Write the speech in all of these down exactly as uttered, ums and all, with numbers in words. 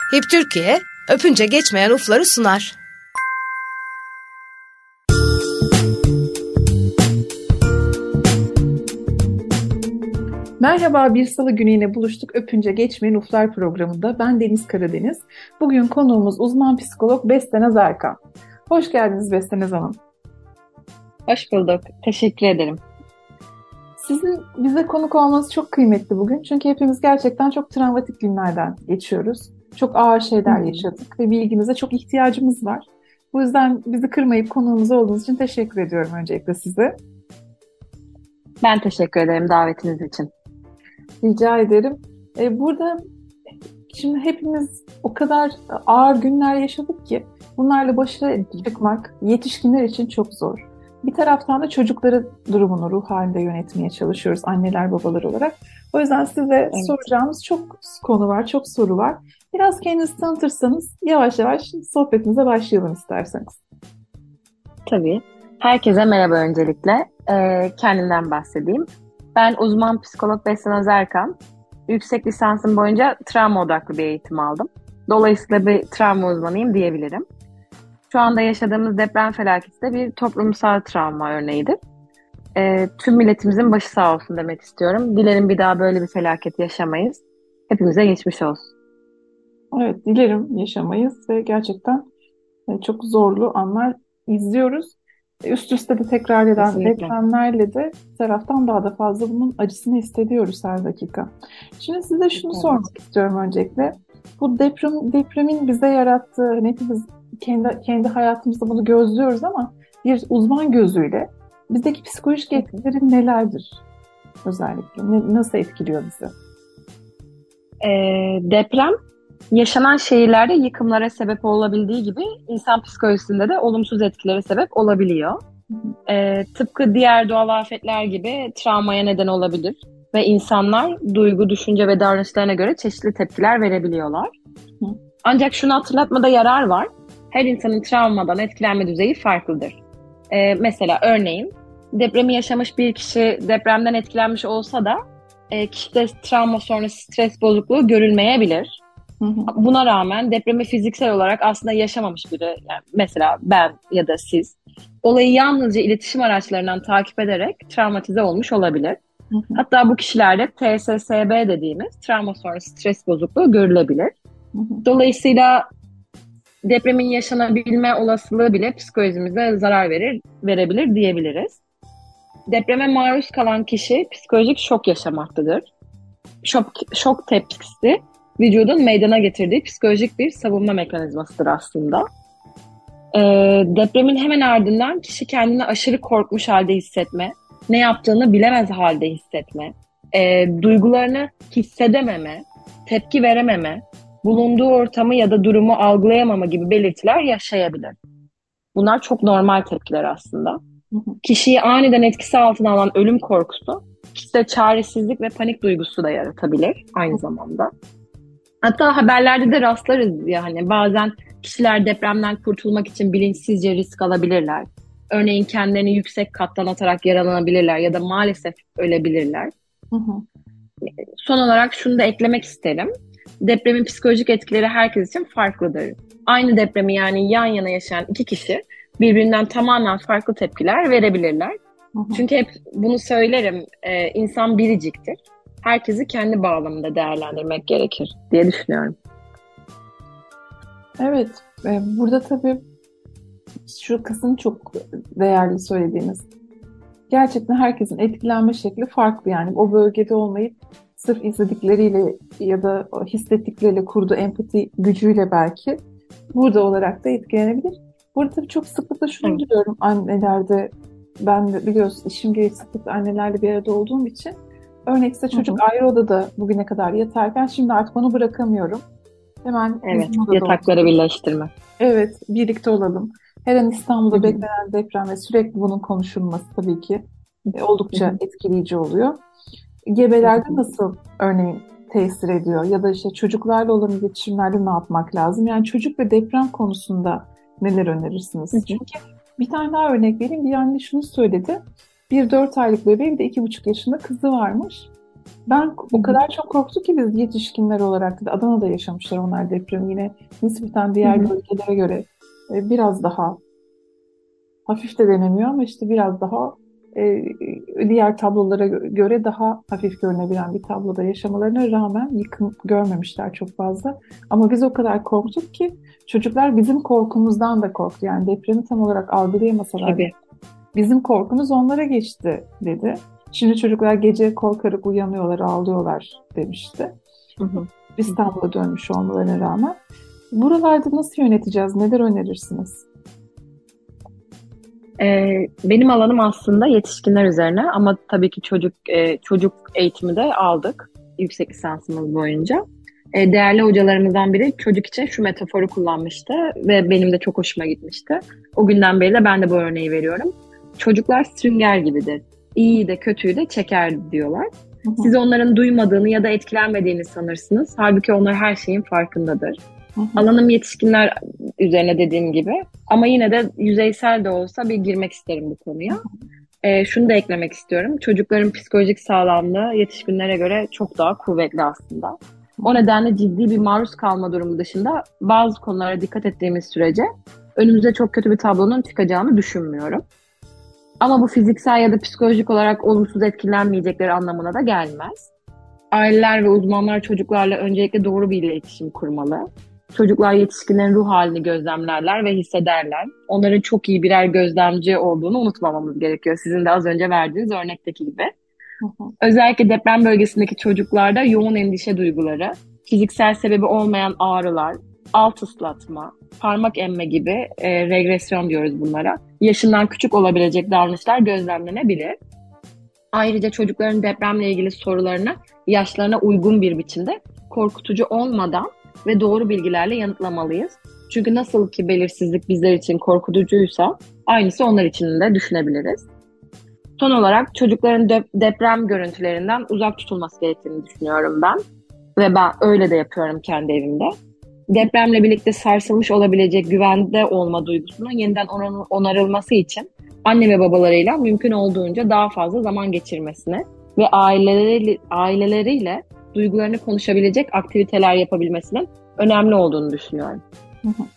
Hip Türkiye, öpünce geçmeyen ufları sunar. Merhaba, bir salı günü yine buluştuk Öpünce Geçmeyen Uflar programında. Ben Deniz Karadeniz. Bugün konuğumuz uzman psikolog Bestenaz Erkan. Hoş geldiniz Bestenaz Hanım. Hoş bulduk. Teşekkür ederim. Sizin bize konuk olmanız çok kıymetli bugün. Çünkü hepimiz gerçekten çok travmatik günlerden geçiyoruz. Çok ağır şeyler yaşadık ve bilginize çok ihtiyacımız var. Bu yüzden bizi kırmayıp konuğumuz olduğunuz için teşekkür ediyorum öncelikle size. Ben teşekkür ederim davetiniz için. Rica ederim. Burada şimdi hepimiz o kadar ağır günler yaşadık ki bunlarla başa çıkmak yetişkinler için çok zor. Bir taraftan da çocukları durumunu ruh halinde yönetmeye çalışıyoruz anneler babalar olarak. O yüzden size evet. soracağımız çok konu var, çok soru var. Biraz kendinizi tanıtırsanız yavaş yavaş sohbetimize başlayalım isterseniz. Tabii. Herkese merhaba öncelikle. Ee, kendimden bahsedeyim. Ben uzman psikolog Bestenaz Erkan. Yüksek lisansım boyunca travma odaklı bir eğitim aldım. Dolayısıyla bir travma uzmanıyım diyebilirim. Şu anda yaşadığımız deprem felaketi de bir toplumsal travma örneğidir. E, tüm milletimizin başı sağ olsun demek istiyorum. Dilerim bir daha böyle bir felaket yaşamayız. Hepimize geçmiş olsun. Evet, dilerim yaşamayız ve gerçekten çok zorlu anlar izliyoruz. Üst üste de tekrar eden Kesinlikle. depremlerle de bir taraftan daha da fazla bunun acısını hissediyoruz her dakika. Şimdi size şunu evet. sormak istiyorum öncelikle. Bu deprem depremin bize yarattığı, hepimiz kendi kendi hayatımızda bunu gözlüyoruz ama bir uzman gözüyle bizdeki psikolojik etkileri nelerdir özellikle? Ne, nasıl etkiliyor bizi? E, deprem yaşanan şehirlerde yıkımlara sebep olabildiği gibi insan psikolojisinde de olumsuz etkilere sebep olabiliyor. E, tıpkı diğer doğal afetler gibi travmaya neden olabilir ve insanlar duygu, düşünce ve davranışlarına göre çeşitli tepkiler verebiliyorlar. Hı. Ancak şunu hatırlatmada yarar var. Her insanın travmadan etkilenme düzeyi farklıdır. Ee, mesela örneğin depremi yaşamış bir kişi depremden etkilenmiş olsa da e, kişide travma sonrası stres bozukluğu görülmeyebilir. Hı hı. Buna rağmen depremi fiziksel olarak aslında yaşamamış biri, yani mesela ben ya da siz, olayı yalnızca iletişim araçlarından takip ederek travmatize olmuş olabilir. Hı hı. Hatta bu kişilerde T S S B dediğimiz travma sonrası stres bozukluğu görülebilir. Hı hı. Dolayısıyla depremin yaşanabilme olasılığı bile psikolojimize zarar verir, verebilir diyebiliriz. Depreme maruz kalan kişi psikolojik şok yaşamaktadır. Şok, şok tepkisi vücudun meydana getirdiği psikolojik bir savunma mekanizmasıdır aslında. Ee, depremin hemen ardından kişi kendini aşırı korkmuş halde hissetme, ne yaptığını bilemez halde hissetme, e, duygularını hissedememe, tepki verememe, bulunduğu ortamı ya da durumu algılayamama gibi belirtiler yaşayabilir. Bunlar çok normal tepkiler aslında. Hı hı. Kişiyi aniden etkisi altına alan ölüm korkusu, kişide çaresizlik ve panik duygusu da yaratabilir aynı zamanda. Hatta haberlerde de rastlarız, yani bazen kişiler depremden kurtulmak için bilinçsizce risk alabilirler. Örneğin kendilerini yüksek kattan atarak yaralanabilirler ya da maalesef ölebilirler. Hı hı. Son olarak şunu da eklemek isterim. Depremin psikolojik etkileri herkes için farklıdır. Aynı depremi yani yan yana yaşayan iki kişi birbirinden tamamen farklı tepkiler verebilirler. Hı hı. Çünkü hep bunu söylerim, e, insan biriciktir. Herkesi kendi bağlamında değerlendirmek gerekir diye düşünüyorum. Evet, e, burada tabii şu kısım çok değerli söylediğiniz. Gerçekten herkesin etkilenme şekli farklı, yani o bölgede olmayıp sırf izledikleriyle ya da hissettikleriyle kurduğu empati gücüyle belki burada olarak da etkilenebilir. Burada tabii çok sıklıkla şunu evet. duyuyorum annelerde, ben de biliyorsun işim gereği sıklıkla annelerle bir arada olduğum için, örnekse çocuk hı hı. ayrı odada bugüne kadar yatarken şimdi artık onu bırakamıyorum. Hemen evet, yatakları olsun. Birleştirme. Evet, birlikte olalım. Her an İstanbul'da hı hı. beklenen deprem ve sürekli bunun konuşulması tabii ki oldukça hı hı. etkileyici oluyor. Gebelerde nasıl örneğin tesir ediyor ya da işte çocuklarla olan iletişimlerde ne yapmak lazım? Yani çocuk ve deprem konusunda neler önerirsiniz? Hı hı. Çünkü bir tane daha örnek vereyim. Bir anne şunu söyledi. Bir dört aylık bebeği, bir de iki buçuk yaşında kızı varmış. Ben o kadar çok korktuk ki biz yetişkinler olarak da Adana'da yaşamışlar onlar depremi yine nispeten diğer bölgelere göre e, biraz daha hafif de denemiyor ama işte biraz daha e, diğer tablolara göre daha hafif görünebilen bir tabloda yaşamalarına rağmen yıkım görmemişler çok fazla. Ama biz o kadar korktuk ki çocuklar bizim korkumuzdan da korktu. Yani depremi tam olarak algılayamasalar Tabii. bizim korkumuz onlara geçti dedi. Şimdi çocuklar gece korkarak uyanıyorlar, ağlıyorlar demişti. Hı hı. İstanbul'a dönmüş olmalarına rağmen. Buralarda nasıl yöneteceğiz? Neler önerirsiniz? Ee, benim alanım aslında yetişkinler üzerine ama tabii ki çocuk e, çocuk eğitimi de aldık yüksek lisansımız boyunca. E, değerli hocalarımızdan biri çocuk için şu metaforu kullanmıştı ve benim de çok hoşuma gitmişti. O günden beri de ben de bu örneği veriyorum. Çocuklar sünger gibidir. İyiyi de kötüyü de çeker diyorlar. Hı hı. Siz onların duymadığını ya da etkilenmediğini sanırsınız. Halbuki onlar her şeyin farkındadır. Hı hı. Alanım yetişkinler üzerine dediğim gibi. Ama yine de yüzeysel de olsa bir girmek isterim bu konuya. Ee, şunu da eklemek istiyorum. Çocukların psikolojik sağlamlığı yetişkinlere göre çok daha kuvvetli aslında. O nedenle ciddi bir maruz kalma durumu dışında bazı konulara dikkat ettiğimiz sürece önümüze çok kötü bir tablonun çıkacağını düşünmüyorum. Ama bu fiziksel ya da psikolojik olarak olumsuz etkilenmeyecekleri anlamına da gelmez. Aileler ve uzmanlar çocuklarla öncelikle doğru bir iletişim kurmalı. Çocuklar yetişkinlerin ruh halini gözlemlerler ve hissederler. Onların çok iyi birer gözlemci olduğunu unutmamamız gerekiyor. Sizin de az önce verdiğiniz örnekteki gibi. Hı hı. Özellikle deprem bölgesindeki çocuklarda yoğun endişe duyguları, fiziksel sebebi olmayan ağrılar, alt ıslatma, parmak emme gibi e, regresyon diyoruz bunlara. Yaşından küçük olabilecek davranışlar gözlemlenebilir. Ayrıca çocukların depremle ilgili sorularını yaşlarına uygun bir biçimde korkutucu olmadan ve doğru bilgilerle yanıtlamalıyız. Çünkü nasıl ki belirsizlik bizler için korkutucuysa aynısı onlar için de düşünebiliriz. Son olarak çocukların de- deprem görüntülerinden uzak tutulması gerektiğini düşünüyorum ben. Ve ben öyle de yapıyorum kendi evimde. Depremle birlikte sarsılmış olabilecek güvende olma duygusunun yeniden onar- onarılması için anne ve babalarıyla mümkün olduğunca daha fazla zaman geçirmesini ve aileleri, aileleriyle duygularını konuşabilecek aktiviteler yapabilmesinin önemli olduğunu düşünüyorum. Hı hı.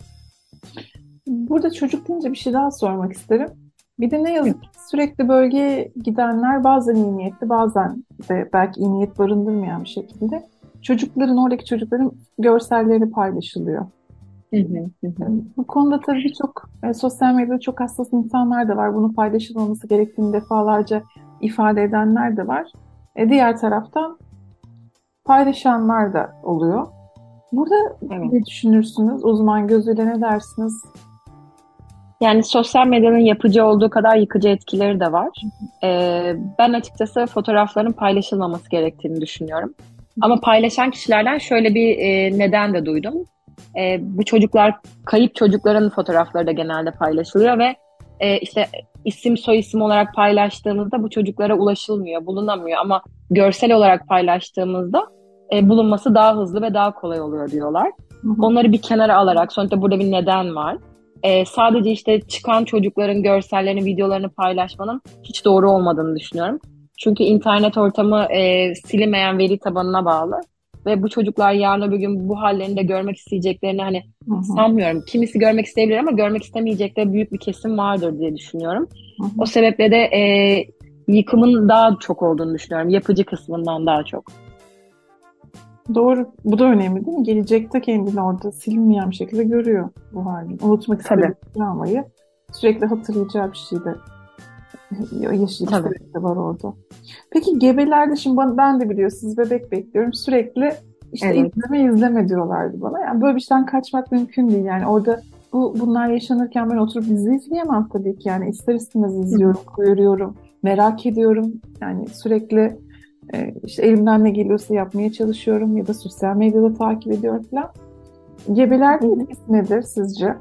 Burada çocuk deyince bir şey daha sormak isterim. Bir de ne yazık ki sürekli bölgeye gidenler bazen iyi niyetli, bazen de belki iyi niyet barındırmayan bir şekilde çocukların, oradaki çocukların görselleri paylaşılıyor. Hı hı, hı. Bu konuda tabii birçok e, sosyal medyada çok hassas insanlar da var. Bunun paylaşılmaması gerektiğini defalarca ifade edenler de var. E, diğer taraftan paylaşanlar da oluyor. Burada Evet. ne düşünürsünüz? Uzman gözüyle ne dersiniz? Yani sosyal medyanın yapıcı olduğu kadar yıkıcı etkileri de var. Ee, ben açıkçası fotoğrafların paylaşılmaması gerektiğini düşünüyorum. Ama paylaşan kişilerden şöyle bir e, neden de duydum. E, bu çocuklar, kayıp çocukların fotoğrafları da genelde paylaşılıyor ve e, işte isim soyisim olarak paylaştığımızda bu çocuklara ulaşılmıyor, bulunamıyor. Ama görsel olarak paylaştığımızda e, bulunması daha hızlı ve daha kolay oluyor diyorlar. Hı hı. Onları bir kenara alarak, sonuçta burada bir neden var. Ee, sadece işte çıkan çocukların görsellerini, videolarını paylaşmanın hiç doğru olmadığını düşünüyorum. Çünkü internet ortamı e, silinmeyen veri tabanına bağlı ve bu çocuklar yarın öbür gün bu hallerini de görmek isteyeceklerini hani Hı hı. sanmıyorum. Kimisi görmek isteyebilir ama görmek istemeyecekleri büyük bir kesim vardır diye düşünüyorum. Hı hı. O sebeple de e, yıkımın daha çok olduğunu düşünüyorum. Yapıcı kısmından daha çok. Doğru. Bu da önemli değil mi? Gelecekte kendini orada silinmeyen bir şekilde görüyor bu halini. Unutmak Tabii. istediği travmayı sürekli hatırlayacağı bir şey de yaşayıp Tabii. sürekli var orada. Peki gebelerde şimdi ben, ben de biliyorsunuz bebek bekliyorum. Sürekli işte Evet. izleme izleme diyorlardı bana. Yani böyle bir şeyden kaçmak mümkün değil. Yani orada bu bunlar yaşanırken ben oturup dizi izleyemem tabii ki. Yani ister istemez izliyorum, görüyorum, merak ediyorum. Yani sürekli e, işte elimden ne geliyorsa yapmaya çalışıyorum ya da sosyal medyada takip ediyorum falan. Gebelerde etkisi nedir sizce?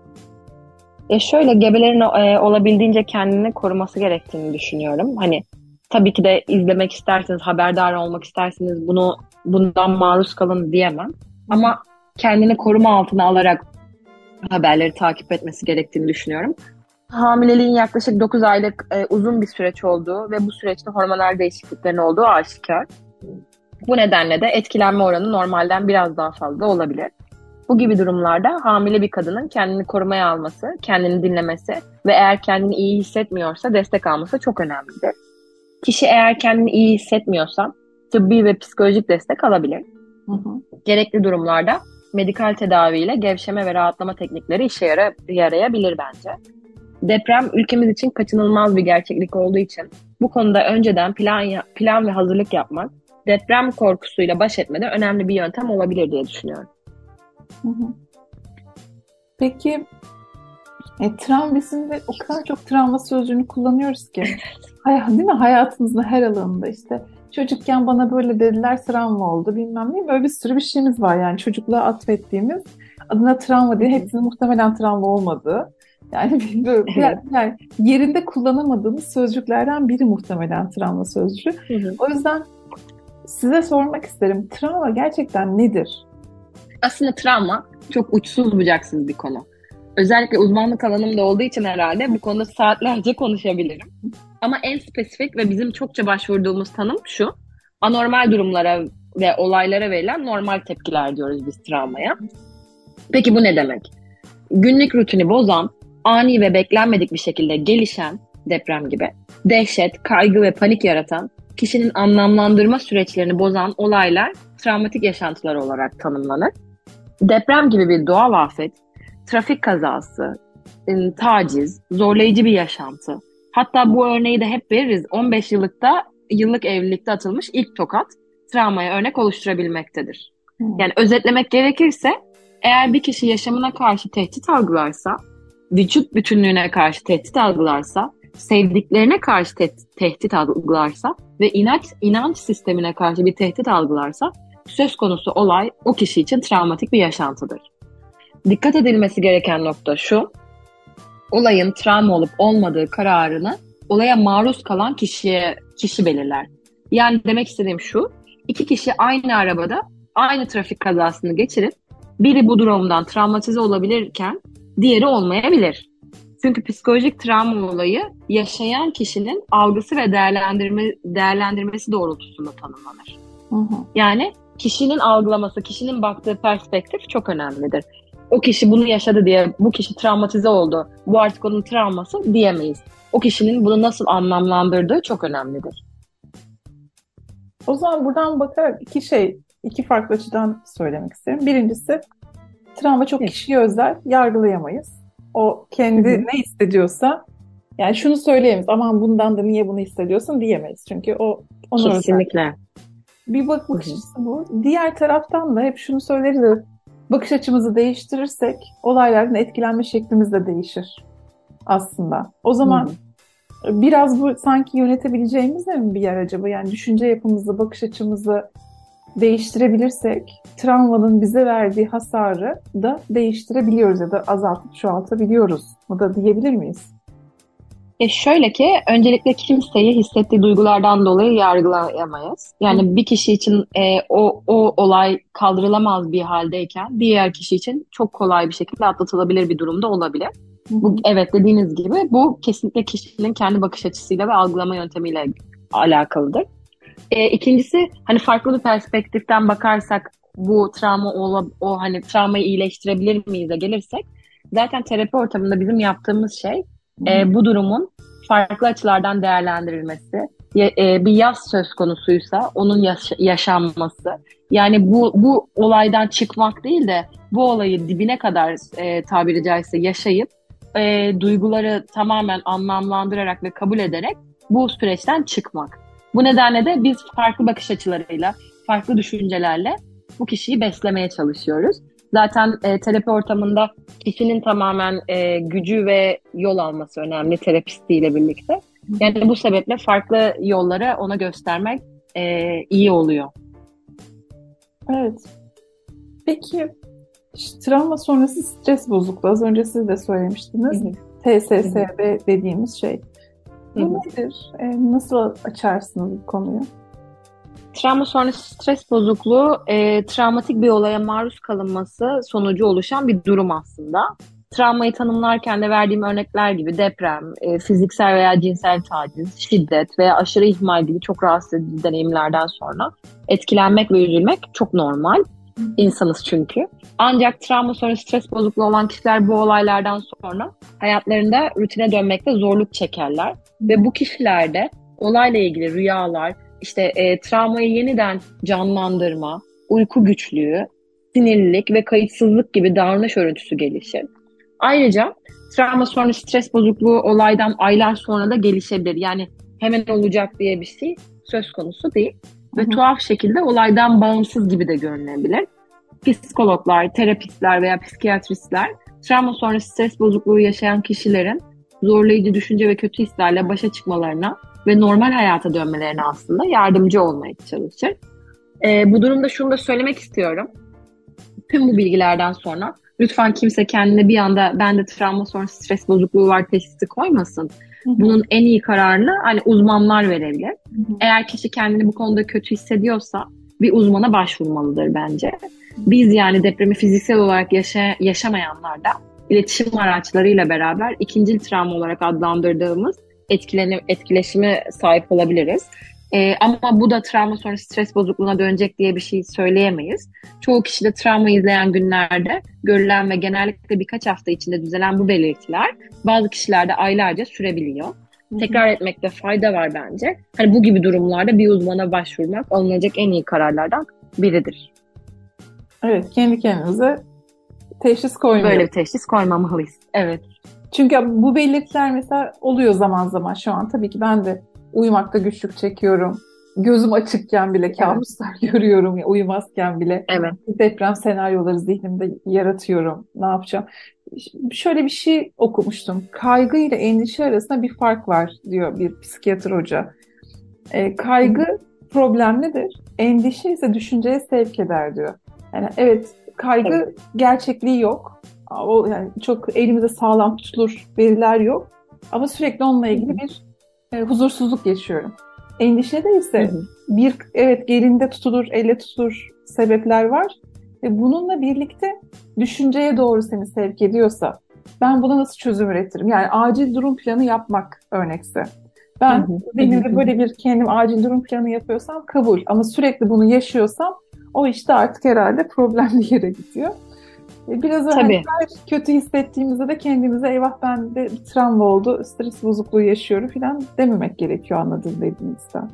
Ya şöyle, gebelerin e, olabildiğince kendini koruması gerektiğini düşünüyorum. Hani tabii ki de izlemek isterseniz, haberdar olmak isterseniz bunu bundan maruz kalın diyemem. Ama kendini koruma altına alarak haberleri takip etmesi gerektiğini düşünüyorum. Hamileliğin yaklaşık dokuz aylık e, uzun bir süreç olduğu ve bu süreçte hormonal değişikliklerin olduğu aşikar. Bu nedenle de etkilenme oranı normalden biraz daha fazla olabilir. Bu gibi durumlarda hamile bir kadının kendini korumaya alması, kendini dinlemesi ve eğer kendini iyi hissetmiyorsa destek alması çok önemlidir. Kişi eğer kendini iyi hissetmiyorsa tıbbi ve psikolojik destek alabilir. Hı hı. Gerekli durumlarda medikal tedaviyle gevşeme ve rahatlama teknikleri işe yara- yarayabilir bence. Deprem ülkemiz için kaçınılmaz bir gerçeklik olduğu için bu konuda önceden plan ya- plan ve hazırlık yapmak, deprem korkusuyla baş etmede önemli bir yöntem olabilir diye düşünüyorum. Hı hı. Peki e, travma bizimde o kadar çok travma sözcüğünü kullanıyoruz ki. Hay, değil mi? Hayatımızın her alanında işte çocukken bana böyle dediler travma oldu bilmem ne. Böyle bir sürü bir şeyimiz var yani çocukluğa atfettiğimiz adına travma diye hepsinin muhtemelen travma olmadığı. Yani, böyle, Evet. yani yerinde kullanamadığımız sözcüklerden biri muhtemelen travma sözcüğü. Hı hı. O yüzden size sormak isterim. Travma gerçekten nedir? Aslında travma çok uçsuz bucaksız bir konu. Özellikle uzmanlık alanım da olduğu için herhalde bu konuda saatlerce konuşabilirim. Ama en spesifik ve bizim çokça başvurduğumuz tanım şu: anormal durumlara ve olaylara verilen normal tepkiler diyoruz biz travmaya. Peki bu ne demek? Günlük rutini bozan, ani ve beklenmedik bir şekilde gelişen, deprem gibi, dehşet, kaygı ve panik yaratan, kişinin anlamlandırma süreçlerini bozan olaylar travmatik yaşantılar olarak tanımlanır. Deprem gibi bir doğal afet, trafik kazası, ıı, taciz, zorlayıcı bir yaşantı. Hatta bu örneği de hep veririz. on beş yıllıkta yıllık evlilikte atılmış ilk tokat travmaya örnek oluşturabilmektedir. Hmm. Yani özetlemek gerekirse, eğer bir kişi yaşamına karşı tehdit algılarsa, vücut bütünlüğüne karşı tehdit algılarsa, sevdiklerine karşı te- tehdit algılarsa ve inanç, inanç sistemine karşı bir tehdit algılarsa, söz konusu olay o kişi için travmatik bir yaşantıdır. Dikkat edilmesi gereken nokta şu: olayın travma olup olmadığı kararını olaya maruz kalan kişiye kişi belirler. Yani demek istediğim şu: iki kişi aynı arabada aynı trafik kazasını geçirip biri bu durumdan travmatize olabilirken diğeri olmayabilir. Çünkü psikolojik travma olayı yaşayan kişinin algısı ve değerlendirme, değerlendirmesi doğrultusunda tanımlanır. Hı hı. Yani kişinin algılaması, kişinin baktığı perspektif çok önemlidir. O kişi bunu yaşadı diye bu kişi travmatize oldu, bu artık onun travması diyemeyiz. O kişinin bunu nasıl anlamlandırdığı çok önemlidir. O zaman buradan bakarak iki şey, iki farklı açıdan söylemek isterim. Birincisi, travma çok Evet. kişiye özel, yargılayamayız. O kendi Hı hı. ne hissediyorsa, yani şunu söyleyemeyiz, aman bundan da niye bunu hissediyorsun diyemeyiz. Çünkü o ona özel. Kesinlikle. Bir bak Hı bakış hı. açısı bu. Diğer taraftan da hep şunu söyleriz, bakış açımızı değiştirirsek olaylardan etkilenme şeklimiz de değişir aslında. O Hı zaman hı. biraz bu sanki yönetebileceğimiz de mi bir yer acaba? Yani düşünce yapımızı, bakış açımızı değiştirebilirsek travmanın bize verdiği hasarı da değiştirebiliyoruz ya da azaltıp çoğaltabiliyoruz. Bu da diyebilir miyiz? E şöyle ki, öncelikle kimseyi hissettiği duygulardan dolayı yargılayamayız. Yani bir kişi için e, o, o olay kaldırılamaz bir haldeyken diğer kişi için çok kolay bir şekilde atlatılabilir bir durumda olabilir. Hı hı. Bu, evet, dediğiniz gibi bu kesinlikle kişinin kendi bakış açısıyla ve algılama yöntemiyle alakalıdır. E, ikincisi, hani farklı bir perspektiften bakarsak bu travma o, o hani travmayı iyileştirebilir miyiz'e gelirsek, zaten terapi ortamında bizim yaptığımız şey Hı hı. e, bu durumun farklı açılardan değerlendirilmesi, e, e, bir yaz söz konusuysa onun yaş- yaşanması. Yani bu bu olaydan çıkmak değil de bu olayı dibine kadar e, tabiri caizse yaşayıp e, duyguları tamamen anlamlandırarak ve kabul ederek bu süreçten çıkmak. Bu nedenle de biz farklı bakış açılarıyla, farklı düşüncelerle bu kişiyi beslemeye çalışıyoruz. Zaten e, terapi ortamında kişinin tamamen e, gücü ve yol alması önemli terapistiyle birlikte. Yani bu sebeple farklı yolları ona göstermek e, iyi oluyor. Evet. Peki işte, travma sonrası stres bozukluğu. Az önce siz de söylemiştiniz. Hı hı. T S S B dediğimiz şey. Hı Bu hı. nedir? E, nasıl açarsınız bu konuyu? Travma sonrası stres bozukluğu, e, travmatik bir olaya maruz kalınması sonucu oluşan bir durum aslında. travmayı tanımlarken de verdiğim örnekler gibi deprem, e, fiziksel veya cinsel taciz, şiddet veya aşırı ihmal gibi çok rahatsız edici deneyimlerden sonra etkilenmek ve üzülmek çok normal. İnsanız çünkü. Ancak travma sonrası stres bozukluğu olan kişiler bu olaylardan sonra hayatlarında rutine dönmekte zorluk çekerler. Ve bu kişilerde olayla ilgili rüyalar, işte e, travmayı yeniden canlandırma, uyku güçlüğü, sinirlilik ve kayıtsızlık gibi davranış örüntüsü gelişir. Ayrıca travma sonrası stres bozukluğu olaydan aylar sonra da gelişebilir. Yani hemen olacak diye bir şey söz konusu değil. Ve hı hı. tuhaf şekilde olaydan bağımsız gibi de görünebilir. Psikologlar, terapistler veya psikiyatristler travma sonrası stres bozukluğu yaşayan kişilerin zorlayıcı düşünce ve kötü hislerle başa çıkmalarına ve normal hayata dönmelerine aslında yardımcı olmaya çalışır. Ee, bu durumda şunu da söylemek istiyorum. Tüm bu bilgilerden sonra lütfen kimse kendine bir anda bende travma sonrası stres bozukluğu var teşhisi koymasın. Hı hı. Bunun en iyi kararını hani uzmanlar verebilir. Hı hı. Eğer kişi kendini bu konuda kötü hissediyorsa bir uzmana başvurmalıdır bence. Biz yani depremi fiziksel olarak yaşa- yaşamayanlar da iletişim araçlarıyla beraber ikincil travma olarak adlandırdığımız etkileni- etkileşime sahip olabiliriz. Ee, ama bu da travma sonrası stres bozukluğuna dönecek diye bir şey söyleyemeyiz. Çoğu kişide travma izleyen günlerde görülen ve genellikle birkaç hafta içinde düzelen bu belirtiler bazı kişilerde aylarca sürebiliyor. Hı-hı. Tekrar etmekte fayda var bence. Hani bu gibi durumlarda bir uzmana başvurmak alınacak en iyi kararlardan biridir. Evet, kendi kendimize teşhis koymuyoruz. Böyle bir teşhis koymamalıyız. Evet. Çünkü bu belirtiler mesela oluyor zaman zaman şu an. Tabii ki ben de uyumakta güçlük çekiyorum. Gözüm açıkken bile kabuslar evet. görüyorum. Ya, uyumazken bile. Evet. Deprem senaryoları zihnimde yaratıyorum. Ne yapacağım? Şöyle bir şey okumuştum. Kaygı ile endişe arasında bir fark var diyor bir psikiyatr hoca. E, kaygı Hı. problemlidir. Endişe ise düşünceye sevk eder diyor. Yani evet, kaygı evet. gerçekliği yok. O yani çok elimizde sağlam tutulur veriler yok. Ama sürekli onunla ilgili bir e, huzursuzluk yaşıyorum. Endişede ise hı hı. bir evet gerinde tutulur, elle tutulur sebepler var. Ve bununla birlikte düşünceye doğru seni sevk ediyorsa ben buna nasıl çözüm üretirim? Yani acil durum planı yapmak örnekse. Ben zihnimde böyle bir kendim acil durum planı yapıyorsam kabul. Ama sürekli bunu yaşıyorsam o işte artık herhalde problemli yere gidiyor. Biraz hani her kötü hissettiğimizde de kendimize eyvah bende bir travma oldu, stres bozukluğu yaşıyorum falan dememek gerekiyor anladığım dediğinizden.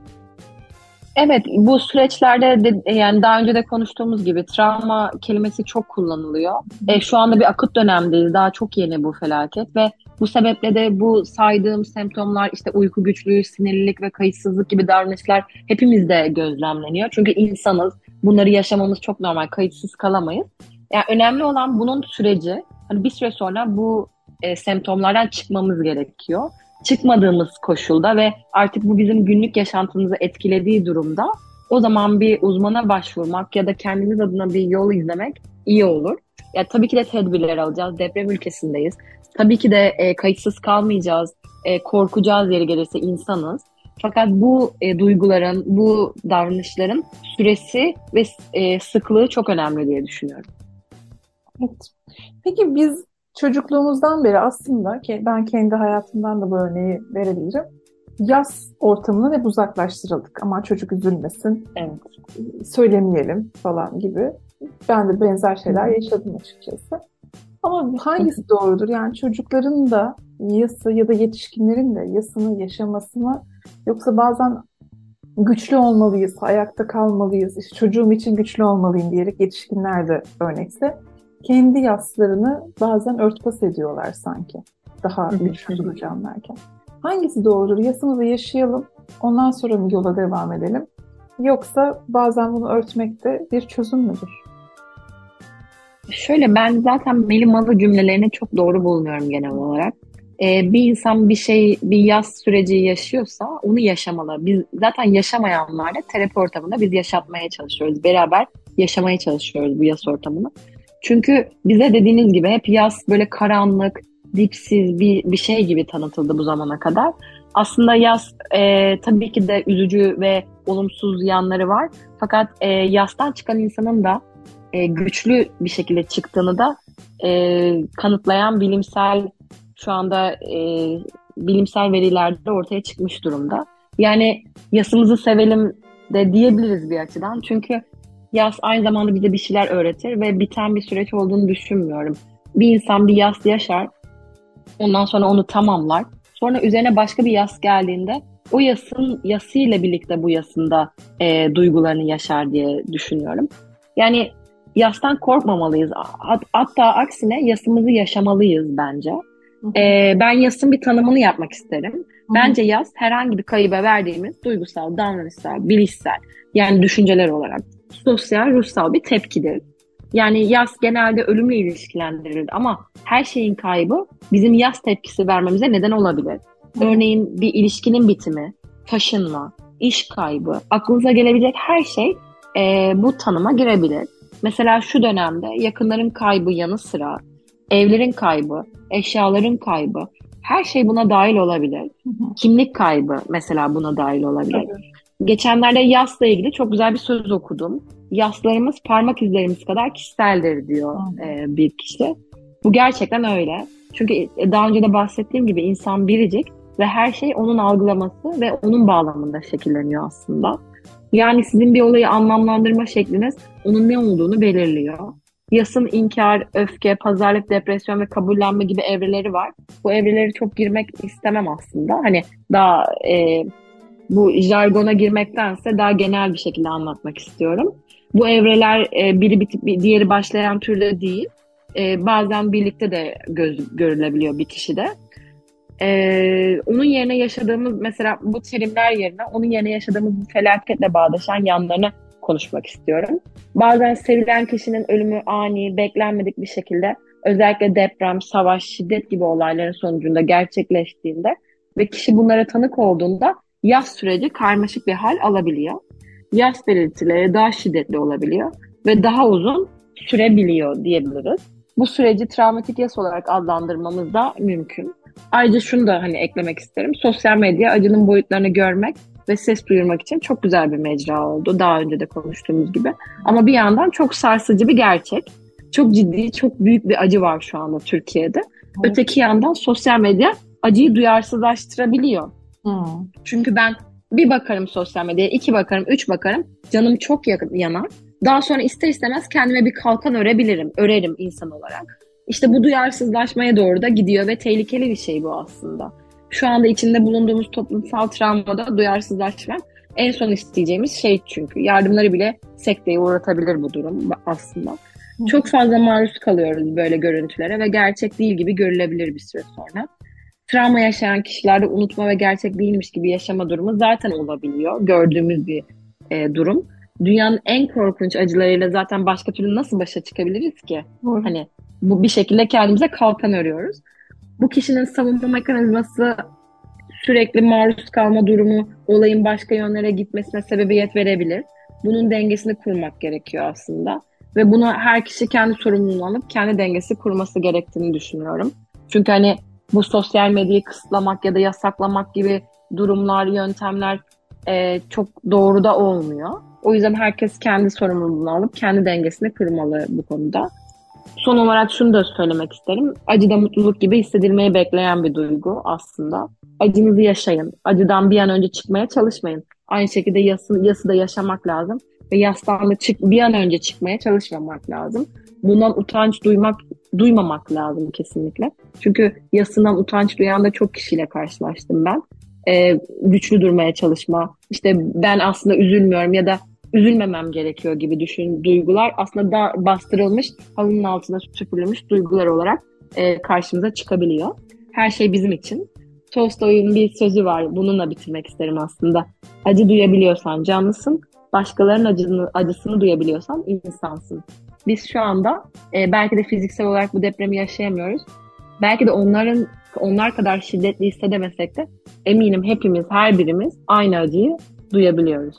Evet, bu süreçlerde de, yani daha önce de konuştuğumuz gibi travma kelimesi çok kullanılıyor. E, şu anda bir akut dönemdeyiz, daha çok yeni bu felaket ve bu sebeple de bu saydığım semptomlar işte uyku güçlüğü, sinirlilik ve kayıtsızlık gibi davranışlar hepimizde gözlemleniyor. Çünkü insanız, bunları yaşamamız çok normal, kayıtsız kalamayız. Yani önemli olan bunun süreci, hani bir süre sonra bu e, semptomlardan çıkmamız gerekiyor. Çıkmadığımız koşulda ve artık bu bizim günlük yaşantımızı etkilediği durumda o zaman bir uzmana başvurmak ya da kendimiz adına bir yol izlemek iyi olur. Ya tabii ki de tedbirler alacağız. Deprem ülkesindeyiz. Tabii ki de e, kayıtsız kalmayacağız. E, korkacağız yeri gelirse insanız. Fakat bu e, duyguların, bu davranışların süresi ve e, sıklığı çok önemli diye düşünüyorum. Evet. Peki biz çocukluğumuzdan beri aslında ben kendi hayatımdan da bu örneği verebilirim. Yaz ortamından hep uzaklaştırıldık. Ama çocuk üzülmesin, evet. söylemeyelim falan gibi. Ben de benzer şeyler yaşadım açıkçası. Ama hangisi doğrudur? Yani çocukların da yası ya da yetişkinlerin de yasını yaşamasını yoksa bazen güçlü olmalıyız, ayakta kalmalıyız, işte çocuğum için güçlü olmalıyım diyerek yetişkinler de örnekse kendi yaslarını bazen örtbas ediyorlar sanki. Daha güçlü duracağım derken. Hangisi doğrudur? Yasımızı yaşayalım, ondan sonra mı yola devam edelim? Yoksa bazen bunu örtmek de bir çözüm müdür? Şöyle, ben zaten melimalı cümlelerini çok doğru bulmuyorum genel olarak. Ee, bir insan bir şey, bir yas süreci yaşıyorsa onu yaşamalı. Biz zaten yaşamayanlarla terapi ortamında biz yaşatmaya çalışıyoruz. Beraber yaşamaya çalışıyoruz bu yas ortamını. Çünkü bize dediğiniz gibi hep yas böyle karanlık, dipsiz bir, bir şey gibi tanıtıldı bu zamana kadar. Aslında yas e, tabii ki de üzücü ve olumsuz yanları var. Fakat e, yastan çıkan insanın da e, güçlü bir şekilde çıktığını da e, kanıtlayan bilimsel şu anda e, bilimsel veriler de ortaya çıkmış durumda. Yani yasımızı sevelim de diyebiliriz bir açıdan. Çünkü yas aynı zamanda bize bir şeyler öğretir ve biten bir süreç olduğunu düşünmüyorum. Bir insan bir yas yaşar, ondan sonra onu tamamlar. Sonra üzerine başka bir yas geldiğinde o yasın yasıyla birlikte bu yasında e, duygularını yaşar diye düşünüyorum. Yani yastan korkmamalıyız. Hat- Hatta aksine yasımızı yaşamalıyız bence. E, ben yasın bir tanımını yapmak isterim. Bence yas herhangi bir kayıba verdiğimiz duygusal, davranışsal, bilişsel yani düşünceler olarak sosyal, ruhsal bir tepkidir. Yani yas genelde ölümle ilişkilendirilir ama her şeyin kaybı bizim yas tepkisi vermemize neden olabilir. Örneğin bir ilişkinin bitimi, taşınma, iş kaybı, aklınıza gelebilecek her şey e, bu tanıma girebilir. Mesela şu dönemde yakınların kaybı yanı sıra evlerin kaybı, eşyaların kaybı, her şey buna dahil olabilir. Kimlik kaybı mesela buna dahil olabilir. Tabii. Geçenlerde yasla ilgili çok güzel bir söz okudum. Yaslarımız parmak izlerimiz kadar kişiseldir diyor e, bir kişi. Bu gerçekten öyle. Çünkü daha önce de bahsettiğim gibi insan biricik ve her şey onun algılaması ve onun bağlamında şekilleniyor aslında. Yani sizin bir olayı anlamlandırma şekliniz onun ne olduğunu belirliyor. Yasın inkar, öfke, pazarlık, depresyon ve kabullenme gibi evreleri var. Bu evreleri çok girmek istemem aslında. Hani daha e, bu jargona girmektense daha genel bir şekilde anlatmak istiyorum. Bu evreler e, biri bitip bir- diğeri başlayan türde değil. E, bazen birlikte de göz, görülebiliyor bir kişide. E, onun yerine yaşadığımız mesela bu terimler yerine onun yerine yaşadığımız bir felaketle bağdaşan yanlarını konuşmak istiyorum. Bazen sevilen kişinin ölümü ani, beklenmedik bir şekilde özellikle deprem, savaş, şiddet gibi olayların sonucunda gerçekleştiğinde ve kişi bunlara tanık olduğunda yas süreci karmaşık bir hal alabiliyor. Yas belirtileri daha şiddetli olabiliyor ve daha uzun sürebiliyor diyebiliriz. Bu süreci travmatik yas olarak adlandırmamız da mümkün. Ayrıca şunu da hani eklemek isterim. Sosyal medya acının boyutlarını görmek ve ses duyurmak için çok güzel bir mecra oldu. Daha önce de konuştuğumuz gibi. Ama bir yandan çok sarsıcı bir gerçek. Çok ciddi, çok büyük bir acı var şu anda Türkiye'de. Öteki yandan sosyal medya acıyı duyarsızlaştırabiliyor. Hmm. Çünkü ben bir bakarım sosyal medyaya, iki bakarım, üç bakarım. Canım çok yakın, yanar. Daha sonra ister istemez kendime bir kalkan örebilirim. Örerim insan olarak. İşte bu duyarsızlaşmaya doğru da gidiyor ve tehlikeli bir şey bu aslında. Şu anda içinde bulunduğumuz toplumsal travmada duyarsızlaşmak en son isteyeceğimiz şey çünkü. Yardımları bile sekteye uğratabilir bu durum aslında. Çok fazla maruz kalıyoruz böyle görüntülere ve gerçek değil gibi görülebilir bir süre sonra. Travma yaşayan kişilerde unutma ve gerçek değilmiş gibi yaşama durumu zaten olabiliyor. Gördüğümüz bir e, durum. Dünyanın en korkunç acılarıyla zaten başka türlü nasıl başa çıkabiliriz ki? Doğru. Hani bu bir şekilde kendimize kalkan örüyoruz. Bu kişinin savunma mekanizması sürekli maruz kalma durumu olayın başka yönlere gitmesine sebebiyet verebilir. Bunun dengesini kurmak gerekiyor aslında. Ve bunu her kişi kendi sorumluluğunu alıp kendi dengesi kurması gerektiğini düşünüyorum. Çünkü hani bu sosyal medyayı kısıtlamak ya da yasaklamak gibi durumlar, yöntemler e, çok doğru da olmuyor. O yüzden herkes kendi sorumluluğunu alıp kendi dengesini kurmalı bu konuda. Son olarak şunu da söylemek isterim. Acı da mutluluk gibi hissedilmeyi bekleyen bir duygu aslında. Acınızı yaşayın. Acıdan bir an önce çıkmaya çalışmayın. Aynı şekilde yası, yası da yaşamak lazım. Ve yastan da çık, bir an önce çıkmaya çalışmamak lazım. Bundan utanç duymak, duymamak lazım kesinlikle. Çünkü yasından utanç duyan da çok kişiyle karşılaştım ben. Ee, güçlü durmaya çalışma, işte ben aslında üzülmüyorum ya da üzülmemem gerekiyor gibi düşün duygular aslında da bastırılmış, halının altına süpürülmüş duygular olarak e, karşımıza çıkabiliyor. Her şey bizim için. Tolstoy'un bir sözü var. Bununla bitirmek isterim aslında. Acı duyabiliyorsan canlısın, başkalarının acını, acısını duyabiliyorsan insansın. Biz şu anda e, belki de fiziksel olarak bu depremi yaşayamıyoruz. Belki de onların onlar kadar şiddetli hissedemesek de eminim hepimiz, her birimiz aynı acıyı duyabiliyoruz.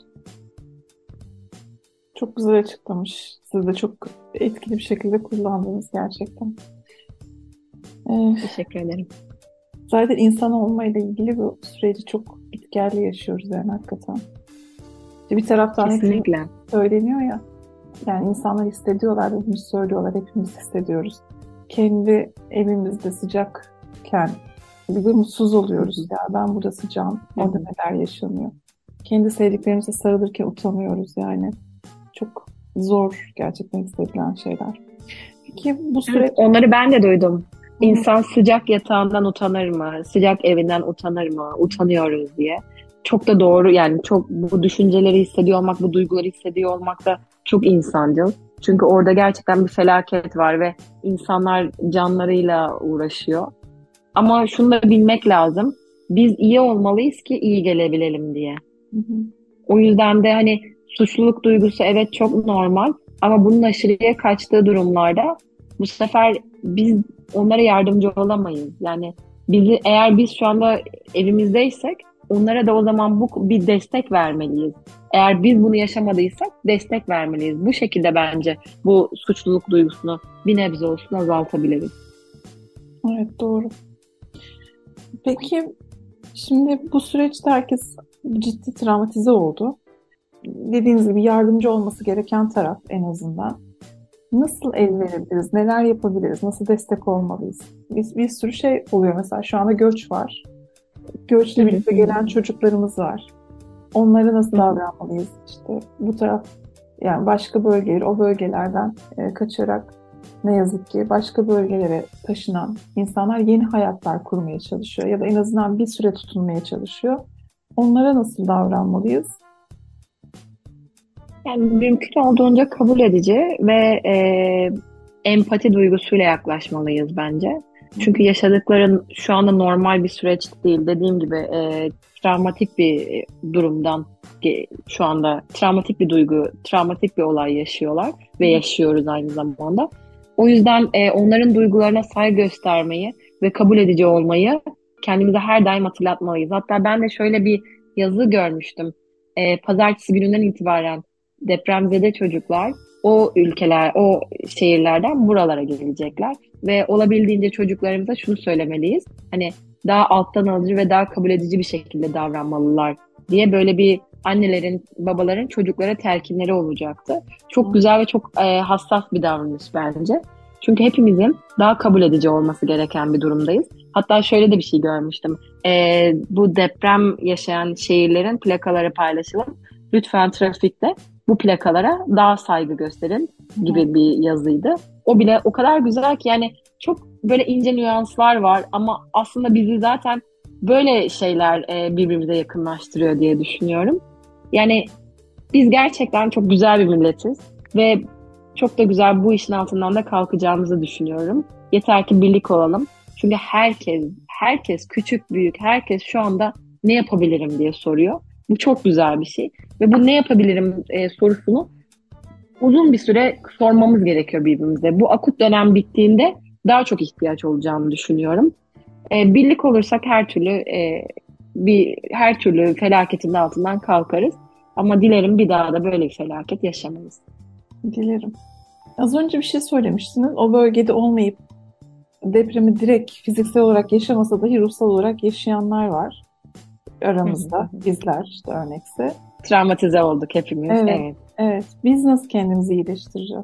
Çok güzel açıklamış. Siz de çok etkili bir şekilde kullandınız gerçekten. Ee, Teşekkür ederim. zaten insan olmayla ilgili bu süreci çok gitgelli yaşıyoruz yani hakikaten. Bir taraftan Kesinlikle. hep söyleniyor ya, yani insanlar hissediyorlar, hepimiz söylüyorlar, hepimiz hissediyoruz. kendi evimizde sıcakken bir mutsuz oluyoruz ya. Ben burada sıcağım. Orada neler yaşanıyor. Kendi sevdiklerimize sarılırken utanıyoruz yani. Çok zor gerçekten hissedilen şeyler. Peki bu süreç... Evet, onları ben de duydum. İnsan sıcak yatağından utanır mı? Sıcak evinden utanır mı? Utanıyoruz diye. Çok da doğru yani, çok bu düşünceleri hissediyor olmak, bu duyguları hissediyor olmak da çok insancıl. Çünkü orada gerçekten bir felaket var ve insanlar canlarıyla uğraşıyor. Ama şunu da bilmek lazım. Biz iyi olmalıyız ki iyi gelebilelim diye. Hı hı. O yüzden de hani suçluluk duygusu evet çok normal ama bunun aşırıya kaçtığı durumlarda bu sefer biz onlara yardımcı olamayız. Yani bizi, eğer biz şu anda evimizdeysek onlara da o zaman bu bir destek vermeliyiz. Eğer biz bunu yaşamadıysak destek vermeliyiz. Bu şekilde bence bu suçluluk duygusunu bir nebze olsun azaltabiliriz. Evet, doğru. Peki şimdi bu süreçte herkes ciddi travmatize oldu. Dediğiniz gibi yardımcı olması gereken taraf en azından. Nasıl el verebiliriz? Neler yapabiliriz? Nasıl destek olmalıyız? Bir, bir sürü şey oluyor. Mesela şu anda göç var. Göçle birlikte gelen çocuklarımız var. Onlara nasıl davranmalıyız? İşte bu taraf, yani başka bölgeler, o bölgelerden e, kaçarak ne yazık ki başka bölgelere taşınan insanlar yeni hayatlar kurmaya çalışıyor ya da en azından bir süre tutunmaya çalışıyor. Onlara nasıl davranmalıyız? Yani mümkün olduğunca kabul edici ve e, empati duygusuyla yaklaşmalıyız bence. Çünkü yaşadıkların şu anda normal bir süreç değil. Dediğim gibi e, travmatik bir durumdan, şu anda travmatik bir duygu, travmatik bir olay yaşıyorlar ve yaşıyoruz aynı zamanda. O yüzden e, onların duygularına saygı göstermeyi ve kabul edici olmayı kendimize her daim hatırlatmalıyız. Hatta ben de şöyle bir yazı görmüştüm. E, pazartesi gününden itibaren depremzede çocuklar o ülkeler, o şehirlerden buralara gelecekler ve olabildiğince çocuklarımıza şunu söylemeliyiz. Hani daha alttan alıcı ve daha kabul edici bir şekilde davranmalılar diye böyle bir annelerin, babaların çocuklara telkinleri olacaktı. Çok güzel ve çok e, hassas bir davranış bence. Çünkü hepimizin daha kabul edici olması gereken bir durumdayız. Hatta şöyle de bir şey görmüştüm. E, bu deprem yaşayan şehirlerin plakaları paylaşılıp lütfen trafikte bu plakalara daha saygı gösterin gibi bir yazıydı. O bile o kadar güzel ki yani çok böyle ince nüanslar var ama aslında bizi zaten böyle şeyler e, birbirimize yakınlaştırıyor diye düşünüyorum. Yani biz gerçekten çok güzel bir milletiz ve çok da güzel bu işin altından da kalkacağımızı düşünüyorum. Yeter ki birlik olalım. Çünkü herkes, herkes küçük büyük, herkes şu anda ne yapabilirim diye soruyor. Bu çok güzel bir şey. Ve bu ne yapabilirim e, sorusunu uzun bir süre sormamız gerekiyor birbirimize. Bu akut dönem bittiğinde daha çok ihtiyaç olacağını düşünüyorum. E, birlik olursak her türlü e, bir her türlü felaketin altından kalkarız. Ama dilerim bir daha da böyle bir felaket yaşamayız. Dilerim. Az önce bir şey söylemiştiniz. O bölgede olmayıp depremi direkt fiziksel olarak yaşamasa dahi ruhsal olarak yaşayanlar var aramızda. Bizler işte örnekse. Travmatize olduk hepimiz. Evet, evet. evet. Biz nasıl kendimizi iyileştireceğiz?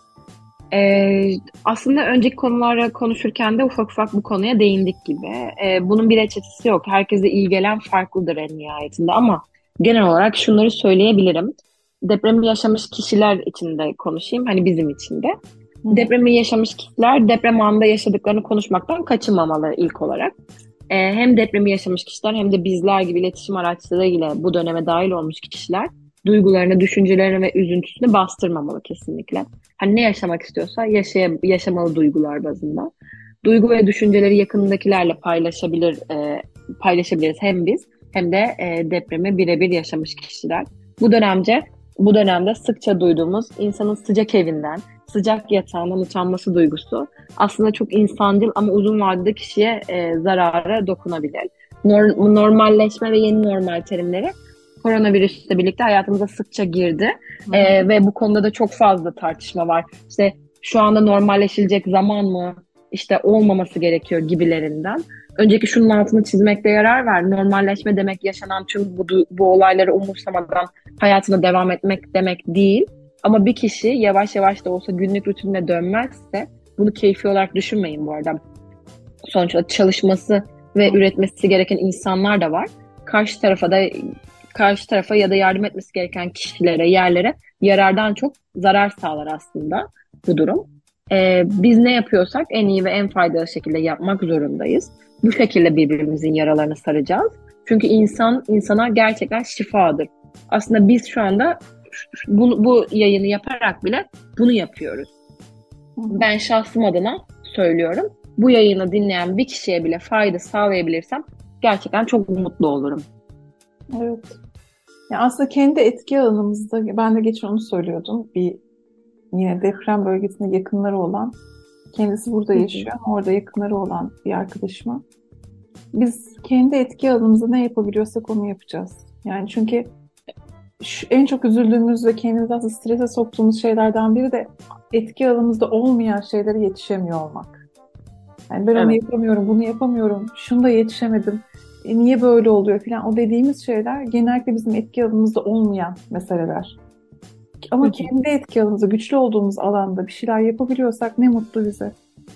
Ee, aslında önceki konulara konuşurken de ufak ufak bu konuya değindik gibi. Ee, bunun bir reçetesi yok. Herkese iyi gelen farklıdır en nihayetinde ama genel olarak şunları söyleyebilirim. Depremi yaşamış kişiler için de konuşayım. Hani bizim için de. Hı. Depremi yaşamış kişiler deprem anında yaşadıklarını konuşmaktan kaçınmamalı ilk olarak. Ee, hem depremi yaşamış kişiler hem de bizler gibi iletişim araçlarıyla bu döneme dahil olmuş kişiler duygularını, düşüncelerini ve üzüntüsünü bastırmamalı kesinlikle. Hani ne yaşamak istiyorsa yaşay- yaşamalı duygular bazında. Duygu ve düşünceleri yakınındakilerle paylaşabilir, e, paylaşabiliriz hem biz hem de e, depremi birebir yaşamış kişiler. Bu dönemce, bu dönemde sıkça duyduğumuz insanın sıcak evinden, sıcak yatağından utanması duygusu aslında çok insancıl ama uzun vadede kişiye e, zarara dokunabilir. Nor- normalleşme ve yeni normal terimleri koronavirüsle birlikte hayatımıza sıkça girdi ee, ve bu konuda da çok fazla tartışma var. İşte şu anda normalleşilecek zaman mı, işte olmaması gerekiyor gibilerinden. Önceki şunun altını çizmekte yarar var. Normalleşme demek yaşanan tüm bu, bu olayları umursamadan hayatına devam etmek demek değil. Ama bir kişi yavaş yavaş da olsa günlük rutinine dönmezse Bunu keyfi olarak düşünmeyin bu arada. Sonuçta çalışması ve üretmesi gereken insanlar da var. Karşı tarafa da karşı tarafa ya da yardım etmesi gereken kişilere, yerlere yarardan çok zarar sağlar aslında bu durum. Ee, biz ne yapıyorsak en iyi ve en faydalı şekilde yapmak zorundayız. Bu şekilde birbirimizin yaralarını saracağız. Çünkü insan insana gerçekten şifadır. Aslında biz şu anda bu, bu yayını yaparak bile bunu yapıyoruz. Ben şahsım adına söylüyorum. Bu yayını dinleyen bir kişiye bile fayda sağlayabilirsem gerçekten çok mutlu olurum. Evet. Ya aslında kendi etki alanımızda, ben de geçen onu söylüyordum. Bir yine deprem bölgesine yakınları olan, kendisi burada yaşıyor ama orada yakınları olan bir arkadaşıma. Biz kendi etki alanımızda ne yapabiliyorsak onu yapacağız. Yani çünkü şu, en çok üzüldüğümüz ve kendimizi aslında strese soktuğumuz şeylerden biri de etki alanımızda olmayan şeylere yetişemiyor olmak. Yani ben evet. onu yapamıyorum, bunu yapamıyorum, şunu da yetişemedim, e, niye böyle oluyor falan. O dediğimiz şeyler genellikle bizim etki alanımızda olmayan meseleler. Ama kendi etki alanımızda, güçlü olduğumuz alanda bir şeyler yapabiliyorsak ne mutlu bize.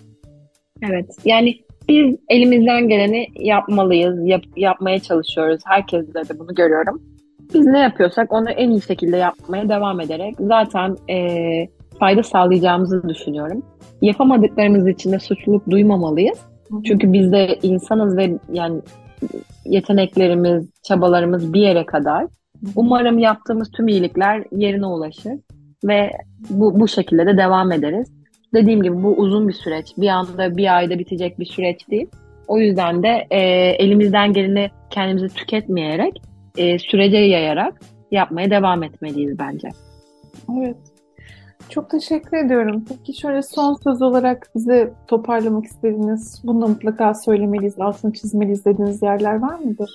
Evet, yani biz elimizden geleni yapmalıyız, yap, yapmaya çalışıyoruz. Herkeste de bunu görüyorum. Biz ne yapıyorsak onu en iyi şekilde yapmaya devam ederek zaten e, fayda sağlayacağımızı düşünüyorum. Yapamadıklarımız için de suçluluk duymamalıyız. Hı hı. Çünkü biz de insanız ve yani yeteneklerimiz, çabalarımız bir yere kadar. Umarım yaptığımız tüm iyilikler yerine ulaşır ve bu, bu şekilde de devam ederiz. Dediğim gibi bu uzun bir süreç. Bir anda bir ayda bitecek bir süreç değil. O yüzden de e, elimizden geleni kendimizi tüketmeyerek, e, sürece yayarak yapmaya devam etmeliyiz bence. Evet. Çok teşekkür ediyorum. Peki şöyle son söz olarak bize toparlamak istediğiniz, bunu da mutlaka söylemeliyiz, altını çizmeliyiz dediğiniz yerler var mıdır?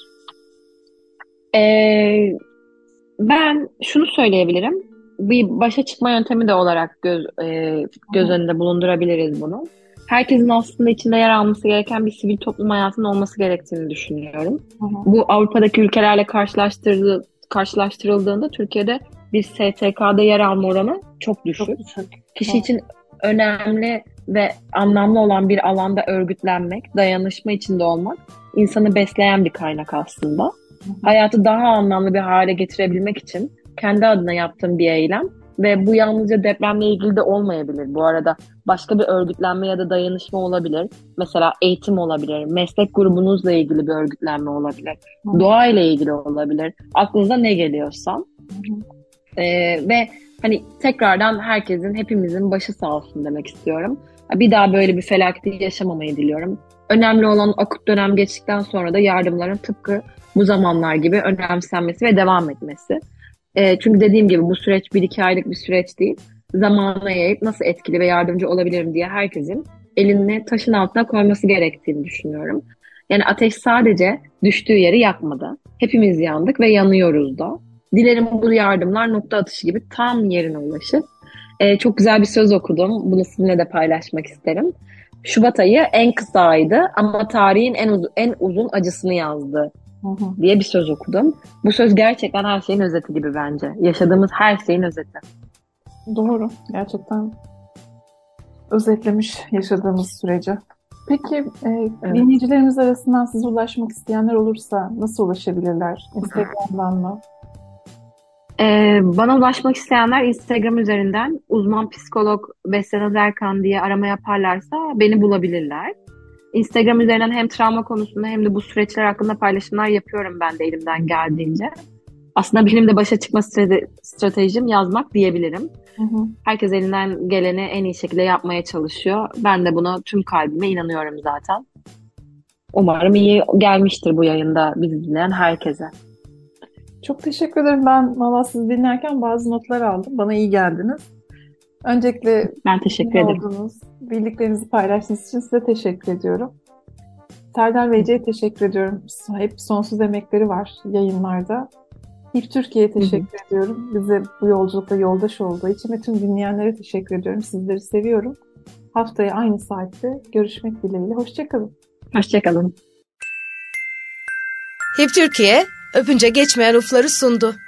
Ee, ben şunu söyleyebilirim. Bir başa çıkma yöntemi de olarak göz, e, göz önünde bulundurabiliriz bunu. Herkesin aslında içinde yer alması gereken bir sivil toplum hayatının olması gerektiğini düşünüyorum. Hı hı. Bu Avrupa'daki ülkelerle karşılaştırıldı, karşılaştırıldığında Türkiye'de bir S T K'da yer alma oranı çok düşük. Çok düşük. Kişi evet. için önemli ve anlamlı olan bir alanda örgütlenmek, dayanışma içinde olmak insanı besleyen bir kaynak aslında. Hı hı. Hayatı daha anlamlı bir hale getirebilmek için kendi adına yaptığım bir eylem ve bu yalnızca depremle ilgili de olmayabilir. Bu arada başka bir örgütlenme ya da dayanışma olabilir. Mesela eğitim olabilir, meslek grubunuzla ilgili bir örgütlenme olabilir, hı. doğa ile ilgili olabilir. Aklınıza ne geliyorsa. Ee, ve hani tekrardan herkesin, hepimizin başı sağ olsun demek istiyorum. Bir daha böyle bir felaketi yaşamamayı diliyorum. Önemli olan akut dönem geçtikten sonra da yardımların tıpkı bu zamanlar gibi önemsenmesi ve devam etmesi. E, çünkü dediğim gibi bu süreç bir iki aylık bir süreç değil. Zamanla yayıp nasıl etkili ve yardımcı olabilirim diye herkesin elini taşın altına koyması gerektiğini düşünüyorum. Yani ateş sadece düştüğü yeri yakmadı. Hepimiz yandık ve yanıyoruz da. Dilerim bu yardımlar nokta atışı gibi tam yerine ulaşır. E, çok güzel bir söz okudum. Bunu sizinle de paylaşmak isterim. Şubat ayı en kısa aydı ama tarihin en, uz- en uzun acısını yazdı diye bir söz okudum. Bu söz gerçekten her şeyin özeti gibi bence. Yaşadığımız her şeyin özeti. Doğru. Gerçekten özetlemiş yaşadığımız süreci. Peki e, evet. dinleyicilerimiz arasından size ulaşmak isteyenler olursa nasıl ulaşabilirler? Instagram'dan mı? Ee, bana ulaşmak isteyenler Instagram üzerinden uzman psikolog Besen Erkan diye arama yaparlarsa beni bulabilirler. Instagram üzerinden hem travma konusunda hem de bu süreçler hakkında paylaşımlar yapıyorum ben de elimden geldiğince. Aslında benim de başa çıkma stratejim yazmak diyebilirim. Hı hı. Herkes elinden geleni en iyi şekilde yapmaya çalışıyor. Ben de buna tüm kalbime inanıyorum zaten. Umarım iyi gelmiştir bu yayında bizi dinleyen herkese. Çok teşekkür ederim. Ben valla sizi dinlerken bazı notlar aldım. Bana iyi geldiniz. Öncelikle ben teşekkür ederim. Olduğunuz, bildiklerinizi paylaştığınız için size teşekkür ediyorum. Serdar ve Ece'ye teşekkür ediyorum. Hep sonsuz emekleri var yayınlarda. İP Türkiye'ye teşekkür hı hı. ediyorum. Bize bu yolculukta yoldaş olduğu için ve tüm dinleyenlere teşekkür ediyorum. Sizleri seviyorum. Haftaya aynı saatte görüşmek dileğiyle. Hoşçakalın. Hoşçakalın. İP Türkiye, öpünce geçmeyen ufları sundu.